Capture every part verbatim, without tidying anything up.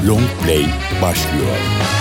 Long Play başlıyor.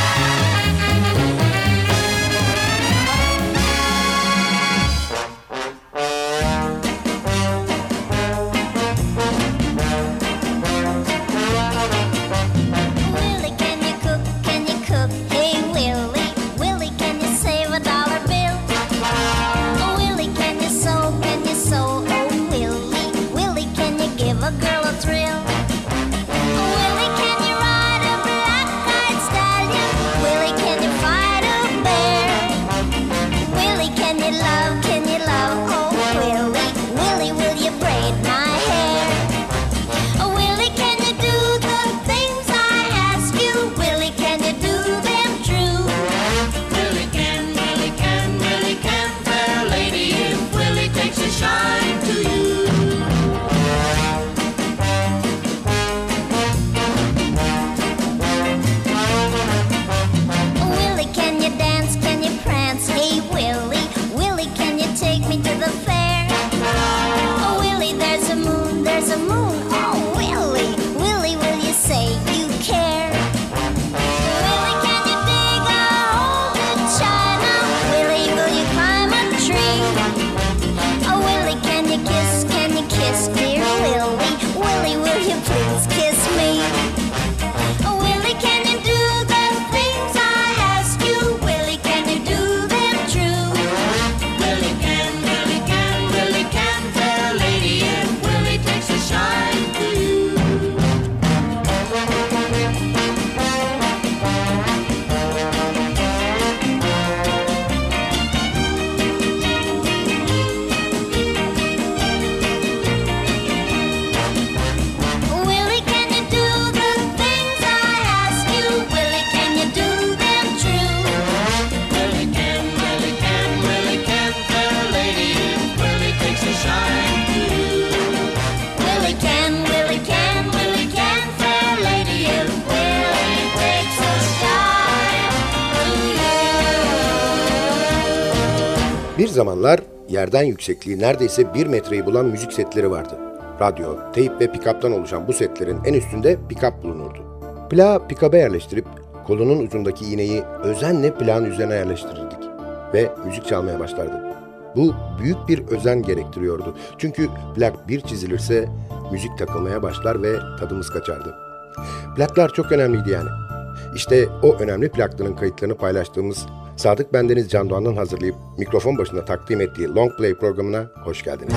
Bir zamanlar yerden yüksekliği neredeyse bir metreyi bulan müzik setleri vardı. Radyo, teyp ve pick-up'tan oluşan bu setlerin en üstünde pick-up bulunurdu. Plağı pick-up'a yerleştirip kolunun ucundaki iğneyi özenle plağın üzerine yerleştirirdik ve müzik çalmaya başlardı. Bu büyük bir özen gerektiriyordu. Çünkü plak bir çizilirse müzik takılmaya başlar ve tadımız kaçardı. Plaklar çok önemliydi yani. İşte o önemli plakların kayıtlarını paylaştığımız Sadık Bendeniz Can Doğan'ın hazırlayıp mikrofon başında takdim ettiği Long Play programına hoş geldiniz.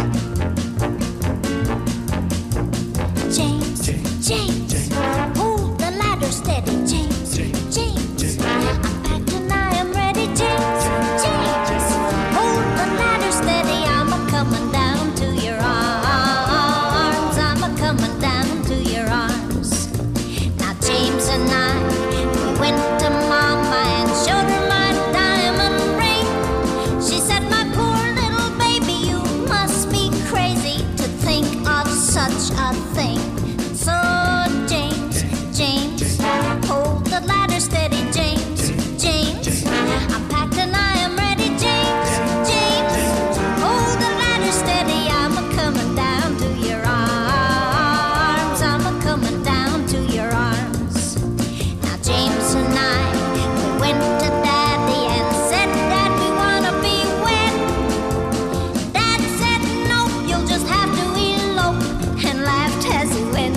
James, James, hold the ladder steady, James, James, I'm packed and I am ready, James, James, hold the ladder steady, I'm a-coming down to your arms, I'm a-coming down to your arms. Now James and I, we went to Mama and showed her my diamond ring. She said, my poor little baby, you must be crazy to think of such a thing. So James, James, hold the ladder steady, James, James, I'm packed and I am ready, James, James, hold the ladder steady, I'm a-coming down to your arms, I'm a-coming down to your arms. Now James and I, we went to Daddy and said, Dad, we wanna be wed. Dad said, nope, you'll just have to elope, and laughed as he went.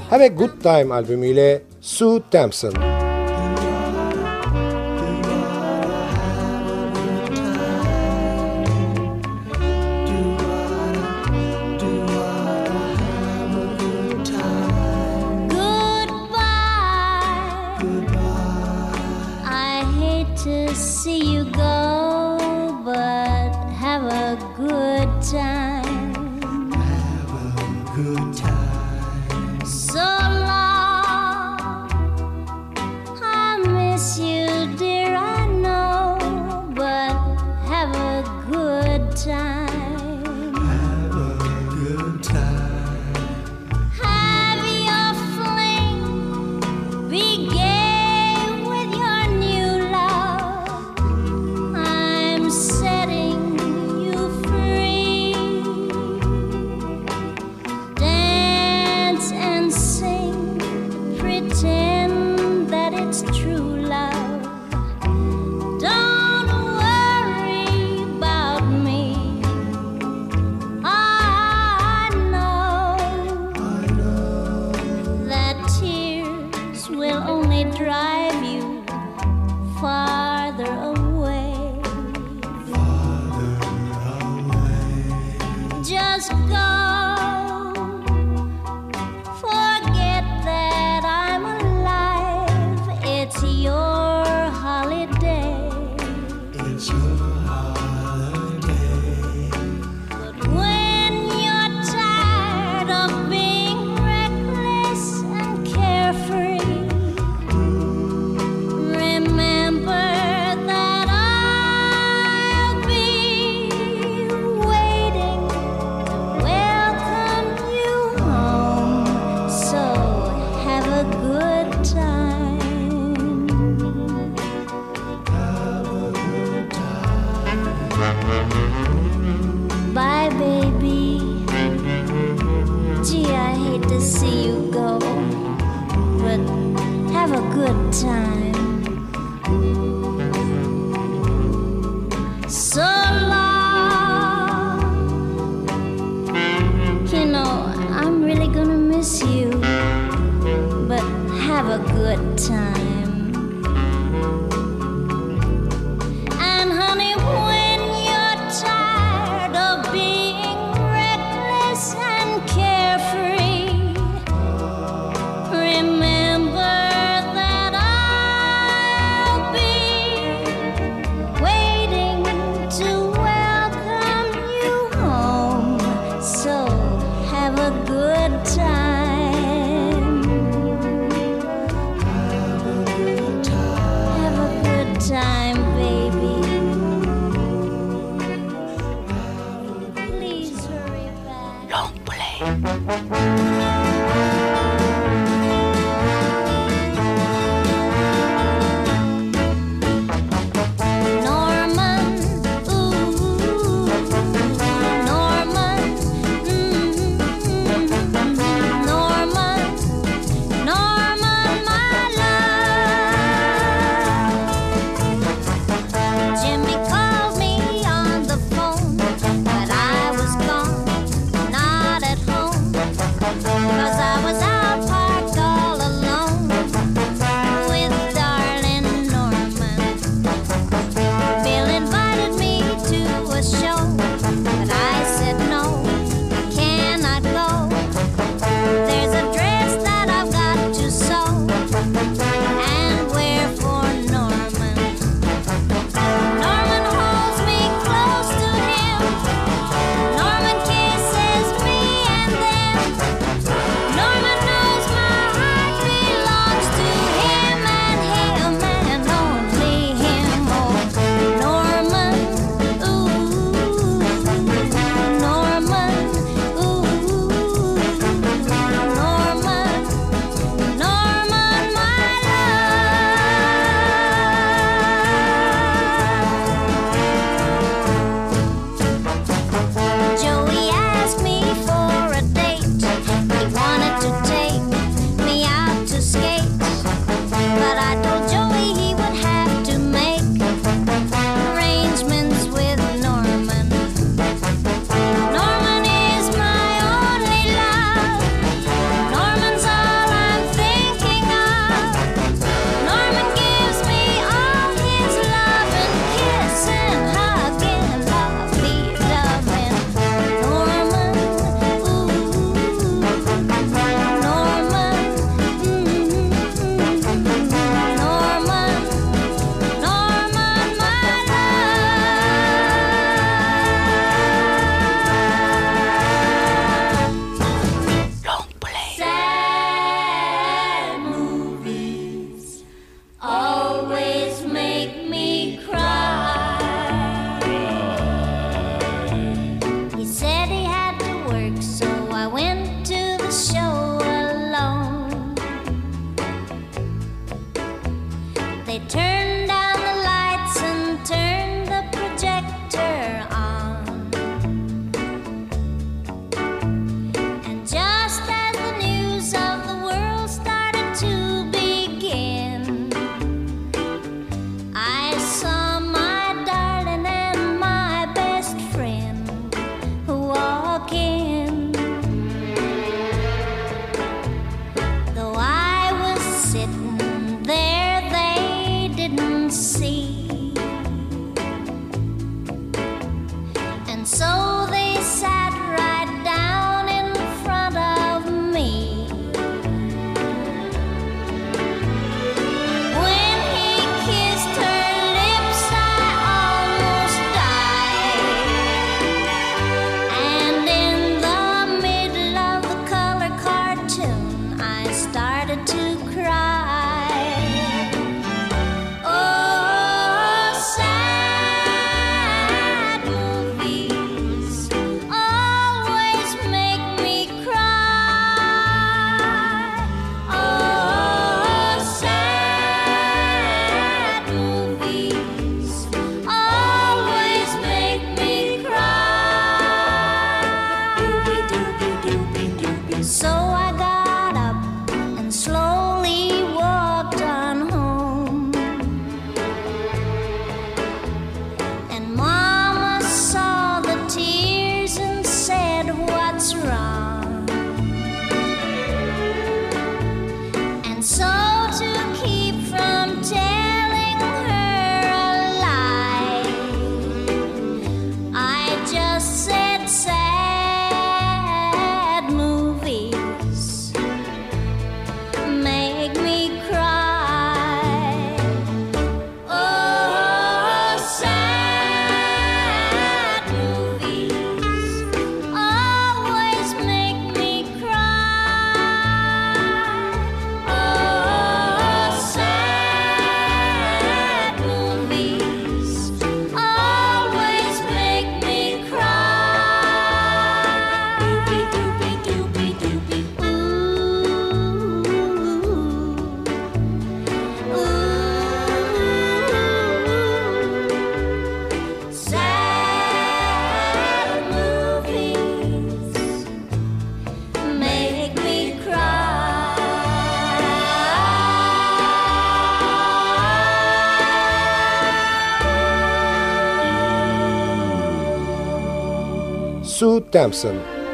Have a Good Time albümüyle Sue Thompson. To see you go, but have a good time. Have a good time. So long, I miss you, dear, I know, but have a good time. Have a good time. Have your fling, be gay. Drive you farther away. Farther away. Just go. Forget that I'm alive. It's your holiday. It's your holiday. But when you're tired of being reckless and carefree, bye, baby. Gee, I hate to see you go, but have a good time. So long. You know, I'm really gonna miss you, but have a good time. And honey, when you're tired of being reckless and carefree, remember that I'll be waiting to welcome you home. So have a good time. Have a good time, baby. Please hurry back. Long play. Norman, ooh, Norman, mm, Norman, Norman, my love. Jimmy called me on the phone, but I was gone, not at home. I went to the show alone. They turned down the lights and turned the projector on. And just as the news of the world started to begin, I saw my darling and my best friend walk in. Though I was sitting there, they didn't see. And so they sat right down in front of me. When he kissed her lips, I almost died. And in the middle of the color cartoon, I started to cry. Oh, sad movies always make me cry. Oh, sad movies always make me cry. So I got up and slowly walked on home. And Mama saw the tears and said, "What's wrong?" And so to keep from telling her a lie, I just said sad movies make me cry. Oh, sad movies always make me cry. Oh, sad movies always make me cry. Doopy doopy doopy doopy. Ooh, ooh. Sad movies make me cry. Sue Thompson.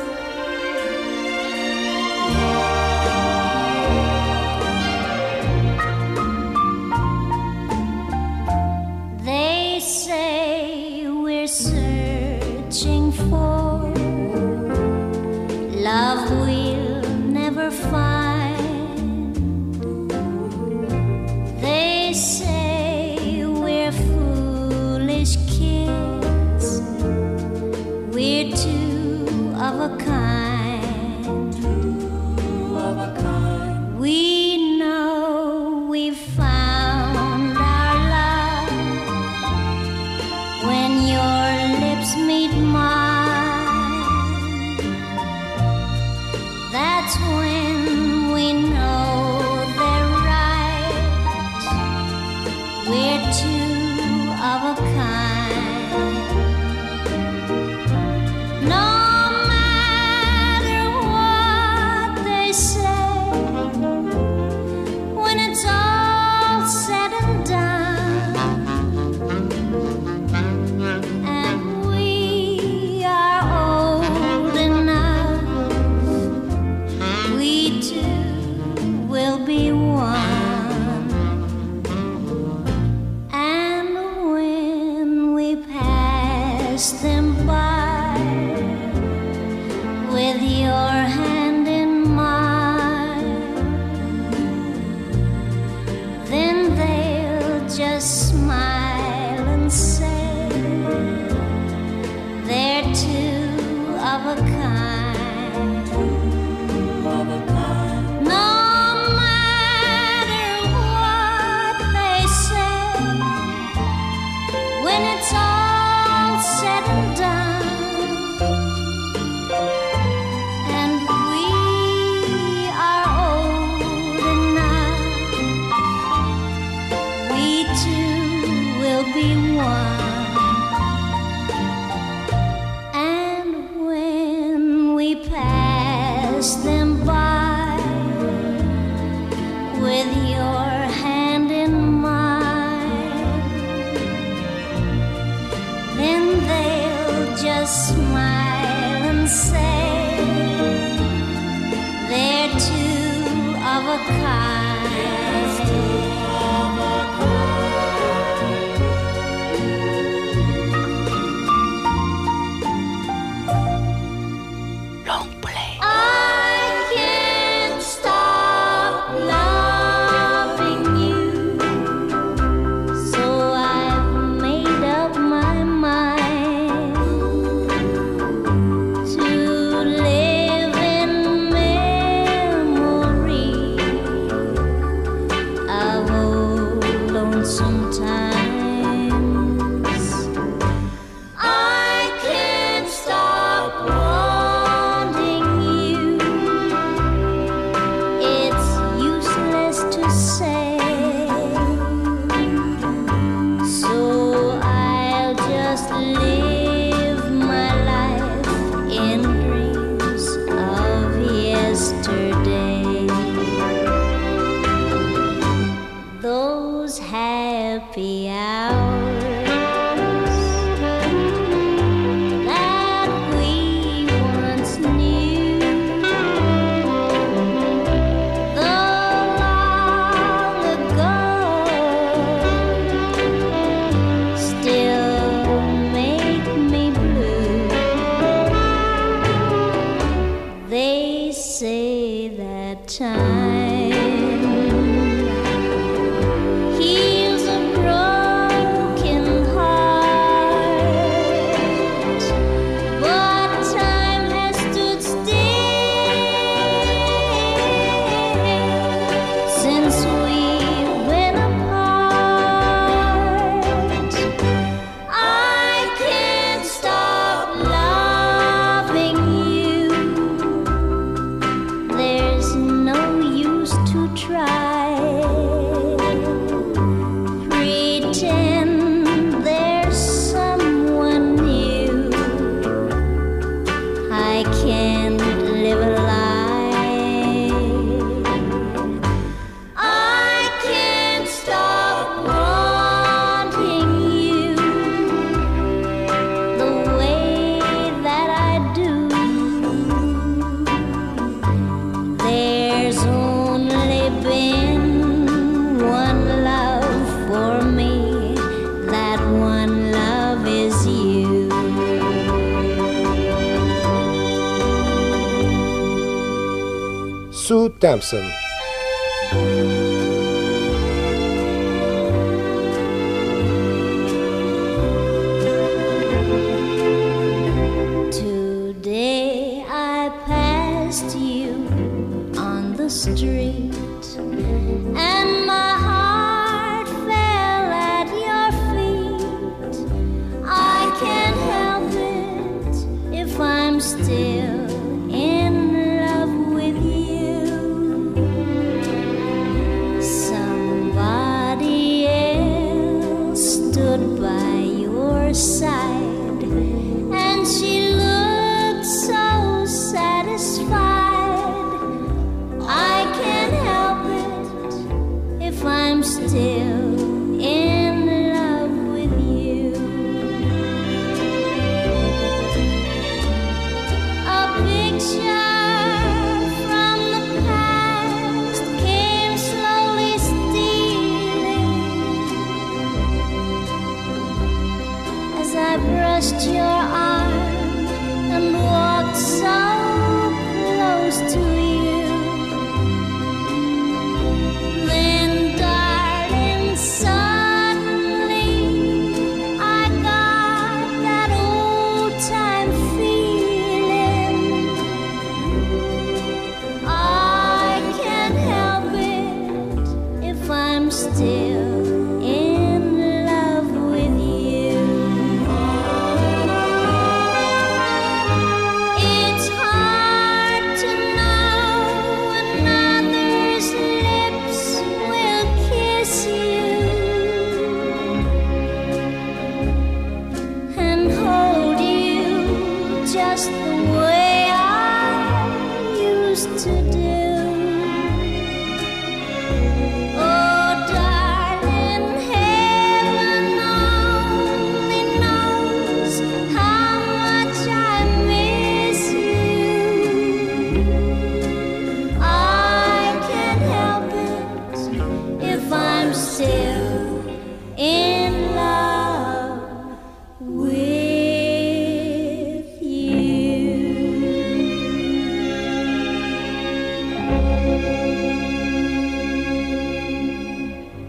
They say we're searching for love we'll never find. They say we're foolish kids. We're two of a kind. Two of a kind. We know we've found our love when your lips meet mine. That's when we know they're right. We're two of a kind. No matter what they say, when it's all said and done, and we are old enough, we pass them by with your hand in mine, then they'll just smile and say they're two of a kind. Sue Thompson. Today I passed you on the street, and my heart fell at your feet. I can't help it if I'm still side, and she looked so satisfied. I can't help it if I'm still in love with you. A picture from the past came slowly stealing as I brushed your arm and walked so close to you. Then, darling, suddenly I got that old-time feeling. I can't help it if I'm still just the way I used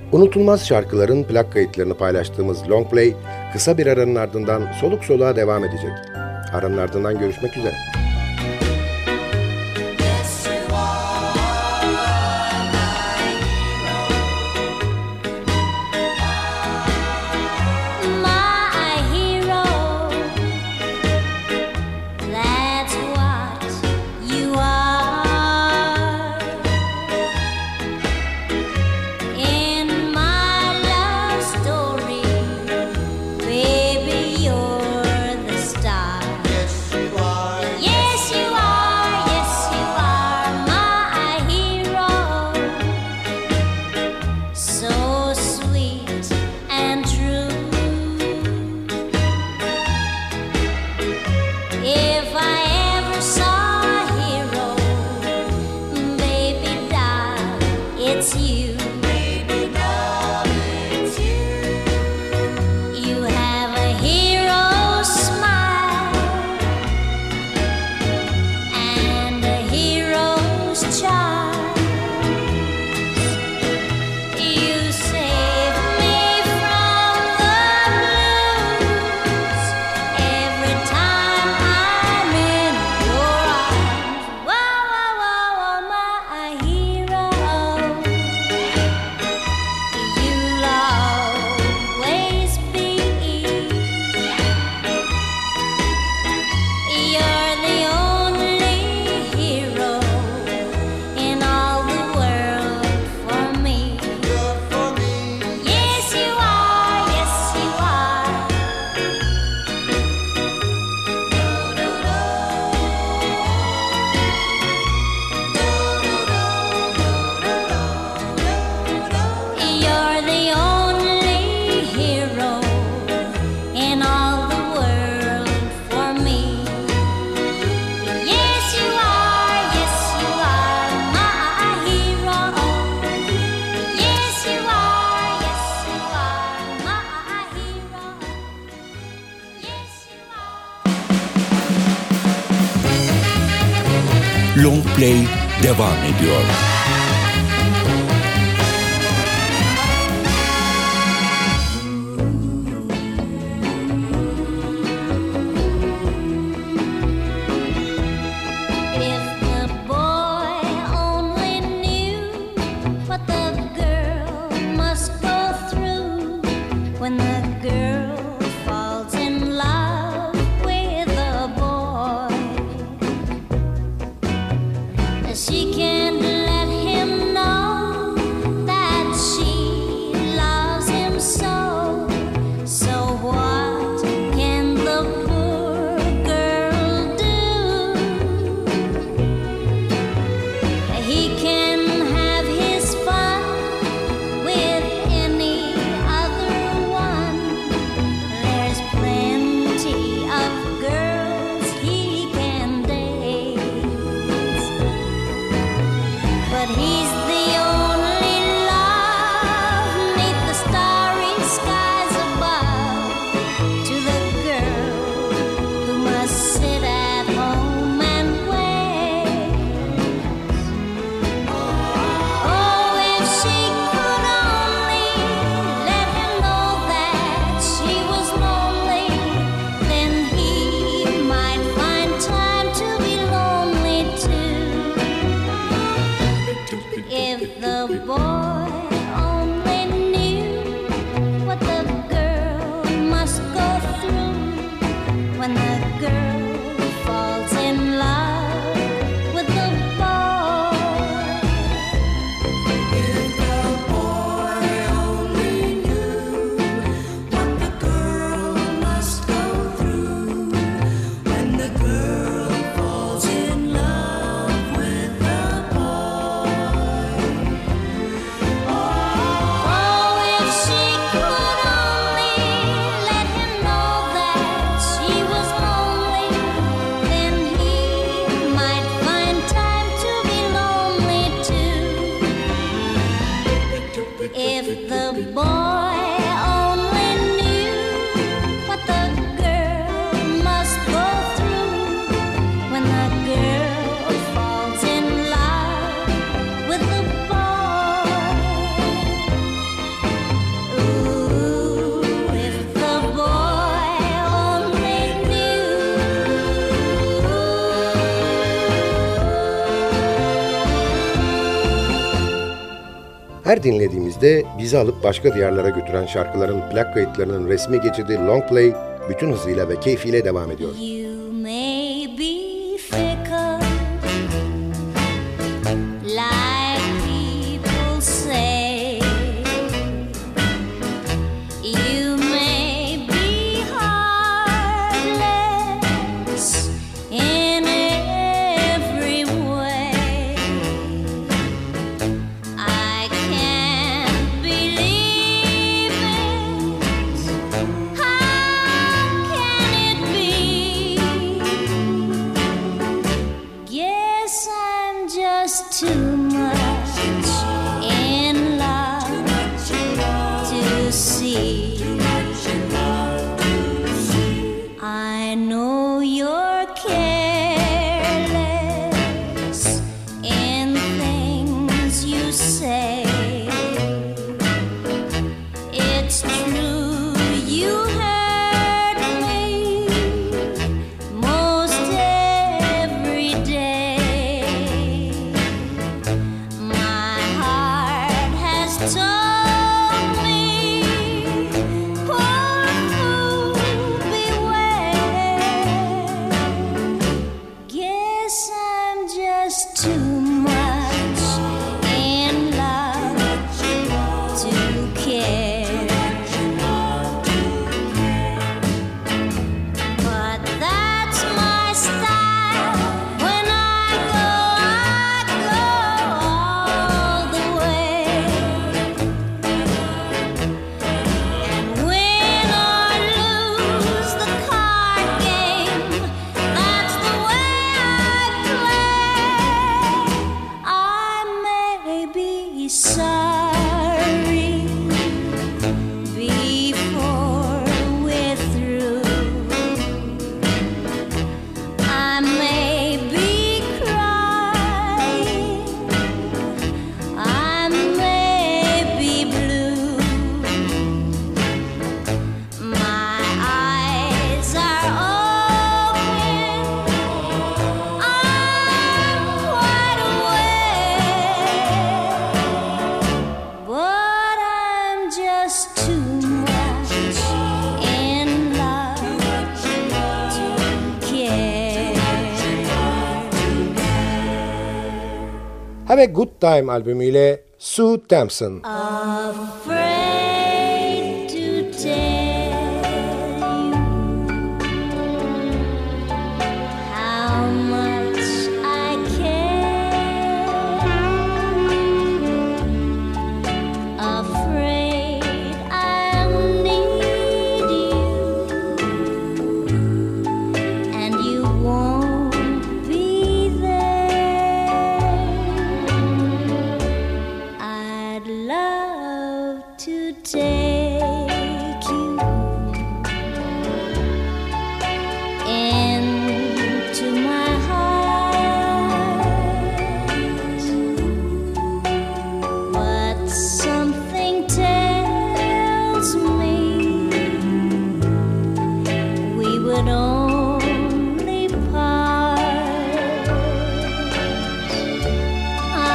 Unutulmaz şarkıların plak kayıtlarını paylaştığımız Long Play kısa bir aranın ardından soluk soluğa devam edecek. Aranın ardından görüşmek üzere. Long Play devam ediyor. She can't let him know that she loves him so. So what can the poor girl do? He can have his fun with any other one. There's plenty of girls he can date, but he's the only love 'neath the starry skies above. To the girl who must sit at home and wait. Oh, if she could only let him know that she was lonely, then he might find time to be lonely too. Her dinlediğimizde bizi alıp başka diyarlara götüren şarkıların plak kayıtlarının resmi geçidi Long Play bütün hızıyla ve keyfiyle devam ediyor. You may be fickle, like people say. You may be heartless in every way. I can't believe it. How can it be? Guess I'm just too much in love to see. I know you're careless in things you say. It's true you hurt me most every day. My heart has told me, poor fool, beware. Guess I'm just too much in love to care. But that's my style. When I go, I go all the way. And win or lose the card game, that's the way I play. I may be sorry before we're through. I may be crying, I may be blue. My eyes are open, I'm wide awake. But I'm just too much in love to care. Have a Good Time albümüyle Sue Thompson. Afraid to tell you how much I care. Afraid I'll need you and you won't be there. I'd love to take you into my heart, but something tells me we would only part. I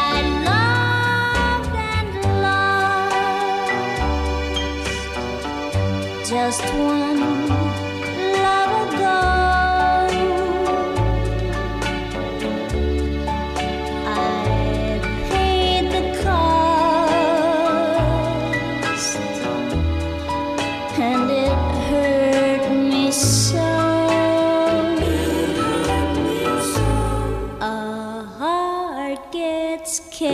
loved and lost just one love ago. I paid the cost, and it hurt me so. A heart gets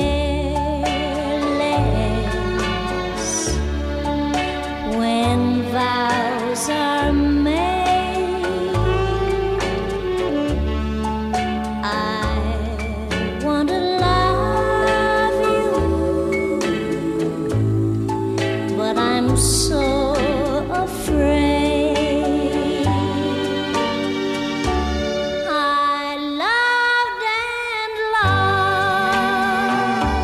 careless when vows are made. I want to love you, but I'm so afraid. I loved and lost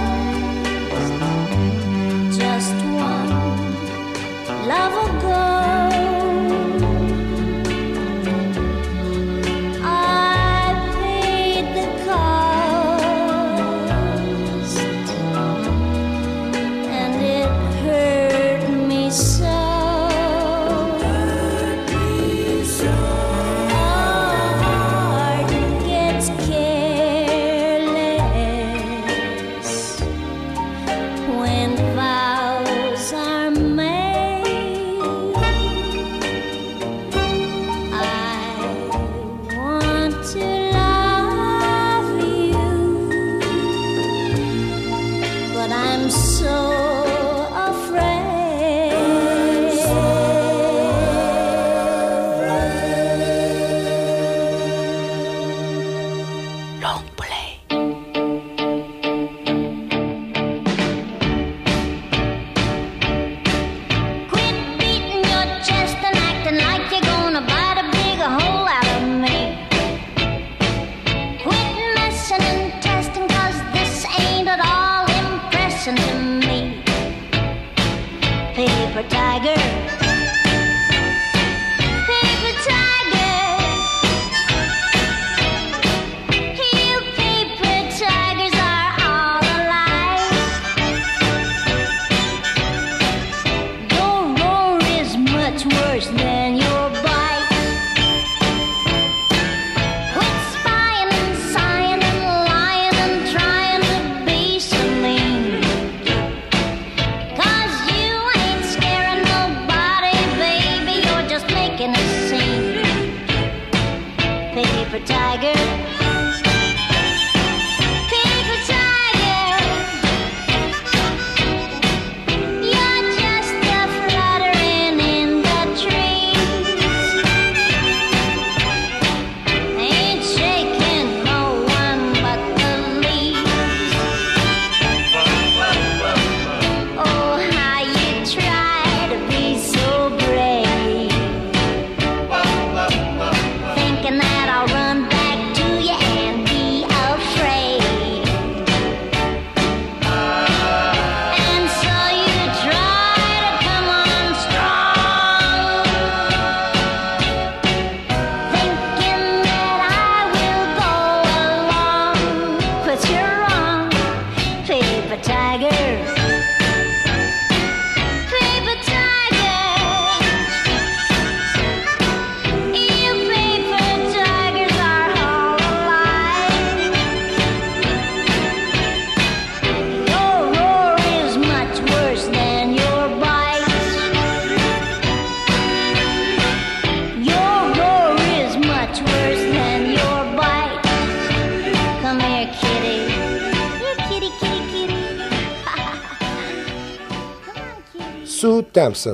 Sue Thompson.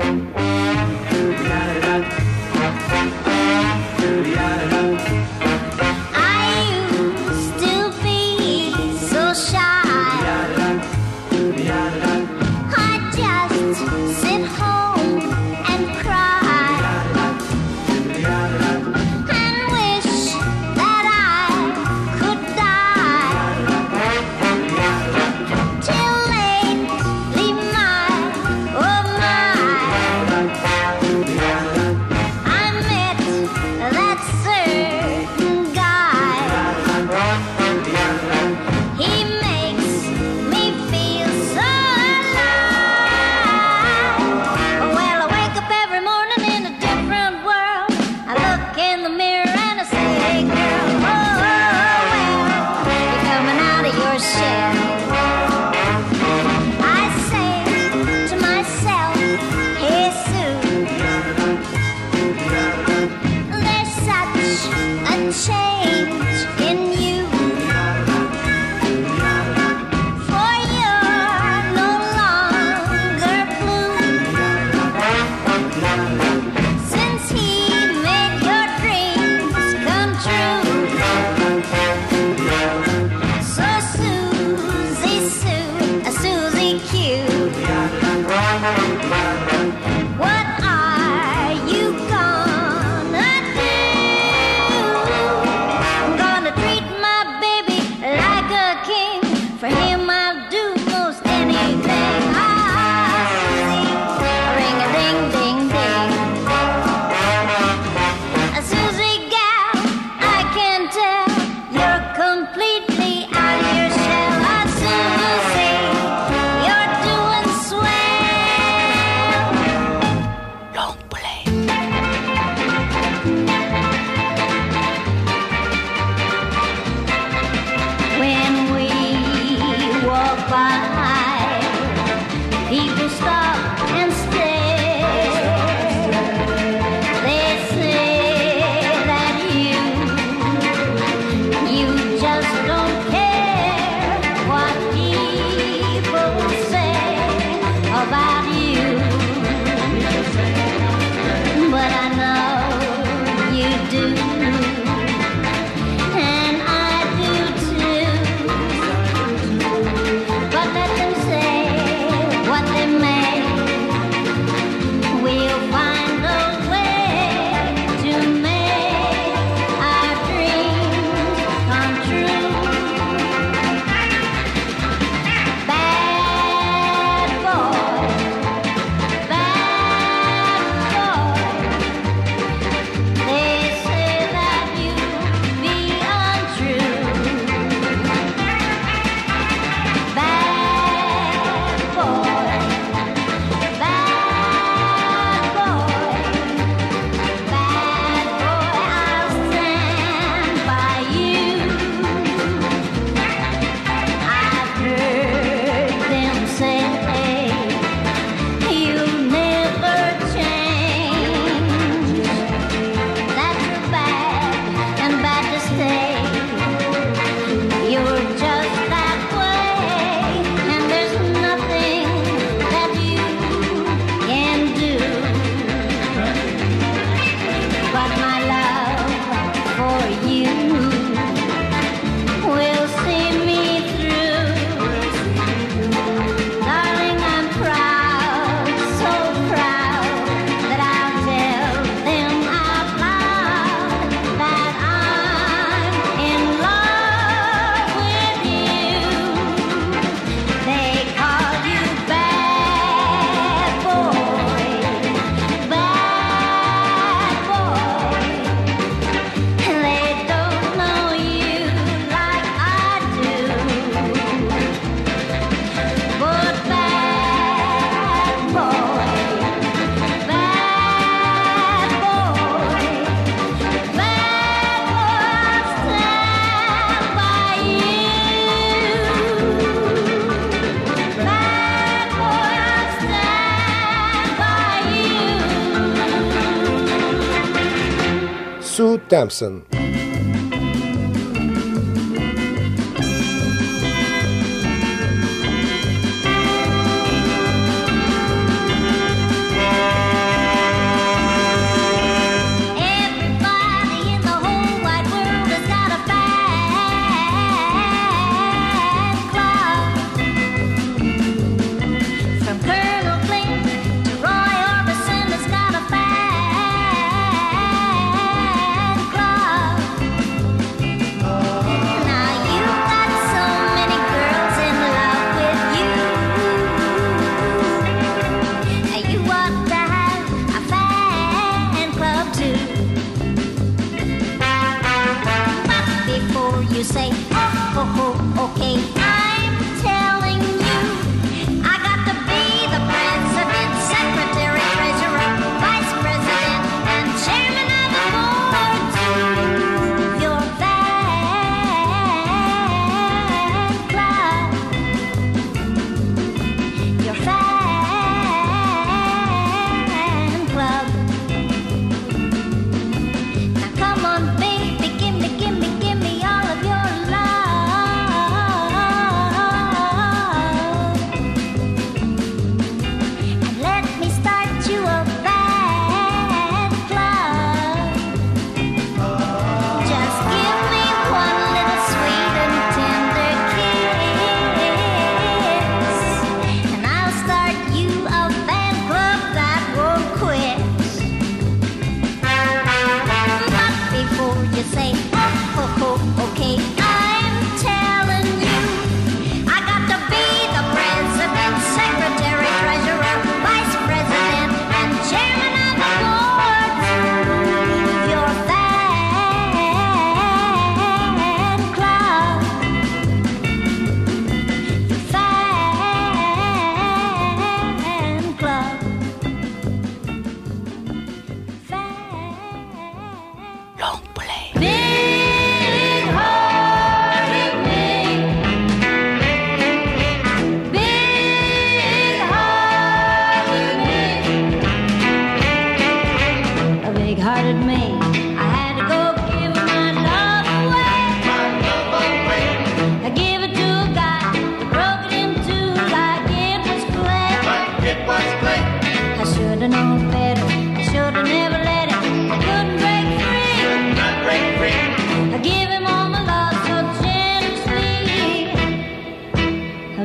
Sue Thompson.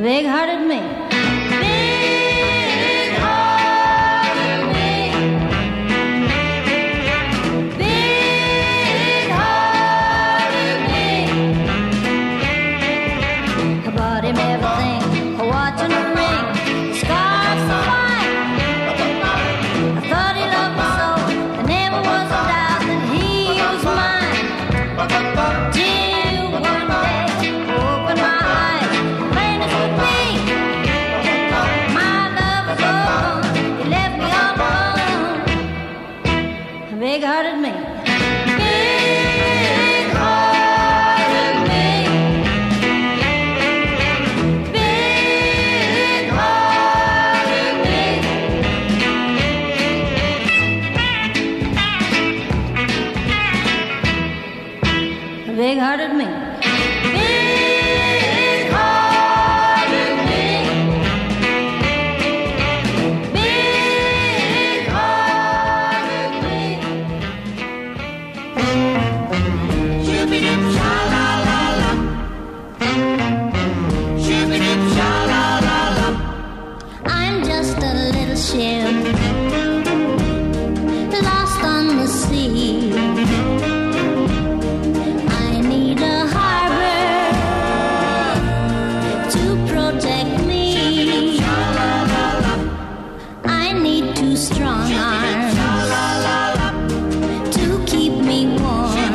big-hearted me. Big-hearted me. Big-hearted me. I bought him everything, a watch and a ring, scarves so fine. I thought he loved me so, there never was a doubt that he was mine. Till one day, I opened my eyes, plain as could be. My love was gone, he left me all alone. Big-hearted me. Big-hearted me. Big-hearted me. Big-hearted me. Big-hearted me. Big-hearted me. Shoo-be-doo-sha-la-la-la. Shoo-be-doo-sha-la-la-la. I'm just a little ship lost on the sea. I need a harbor to protect me. I need two strong arms to keep me warm.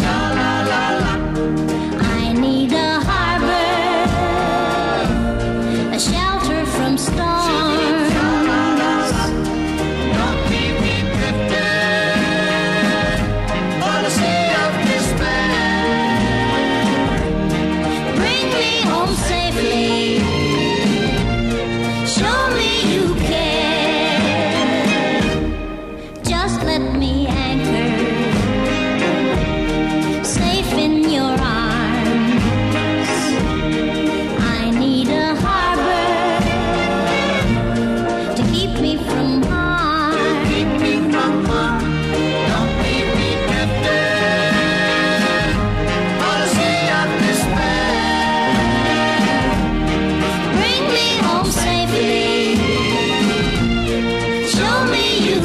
I need a harbor, a shelter from storms. Don't leave me drifting on a sea of despair. Bring me home safely. Show me you care. Just let me anchor, safe in your arms. I need a harbor to keep me from harm. Keep me from harm. Don't leave me drifting on a sea of despair. Bring me home safely. Show me you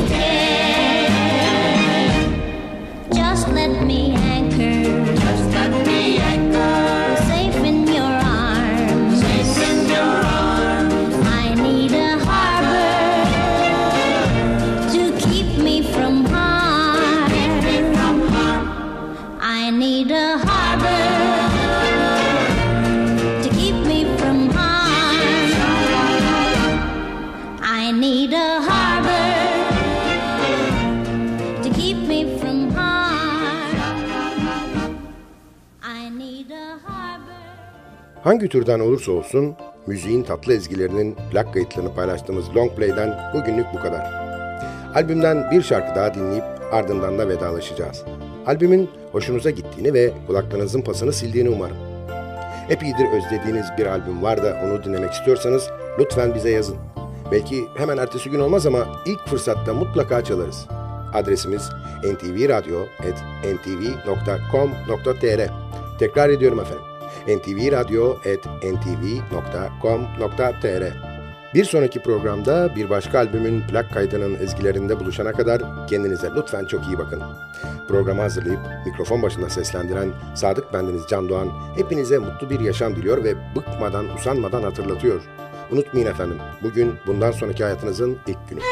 care. Just let me anchor. Just let me anchor. Safe in your arms. Safe in your arms. I need a harbor to keep me from harm. Keep me from harm. I need a harbor to keep me from harm. I need a harbor to keep me from harm. I need a harbor. Hangi türden olursa olsun müziğin tatlı ezgilerinin plak kayıtlarını paylaştığımız Long Play'den bugünlük bu kadar. Albümden bir şarkı daha dinleyip ardından da vedalaşacağız. Albümün hoşunuza gittiğini ve kulaklarınızın pasını sildiğini umarım. Epeydir özlediğiniz bir albüm var da onu dinlemek istiyorsanız lütfen bize yazın. Belki hemen ertesi gün olmaz ama ilk fırsatta mutlaka çalarız. Adresimiz en ti vi radyo at en ti vi nokta com nokta tr. Tekrar ediyorum efendim. en ti vi radyo at en ti vi nokta com nokta tr. Bir sonraki programda bir başka albümün plak kaydının ezgilerinde buluşana kadar kendinize lütfen çok iyi bakın. Programı hazırlayıp mikrofon başında seslendiren Sadık bendeniz Can Doğan hepinize mutlu bir yaşam diliyor ve bıkmadan, usanmadan hatırlatıyor. Unutmayın efendim, bugün bundan sonraki hayatınızın ilk günü.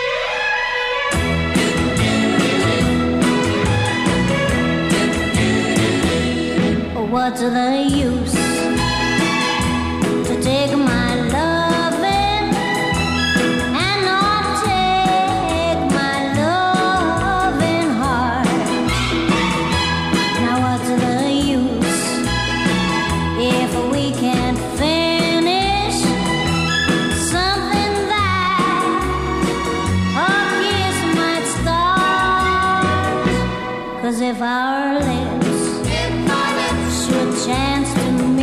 What's the use to take my loving and not take my loving heart? Now what's the use if we can't finish something that a kiss might start? 'Cause if our lips should chance to meet,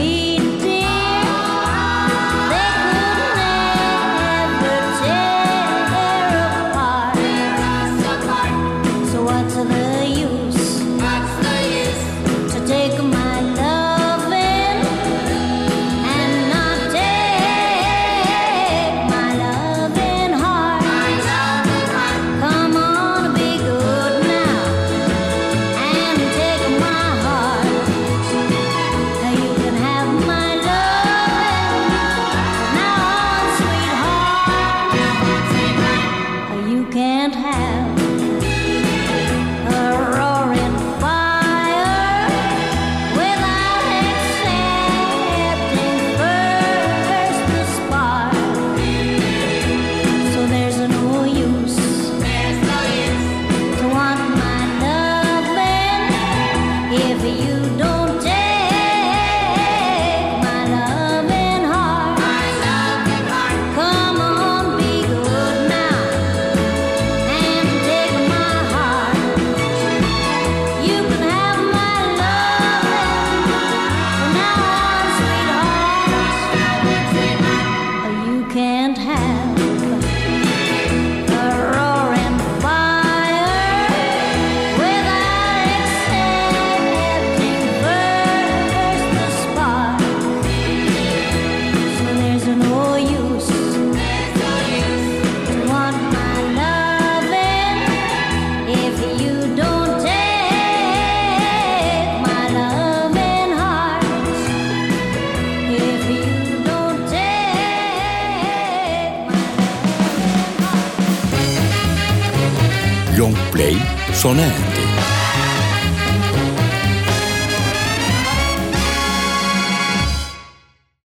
Long Play sona erdi.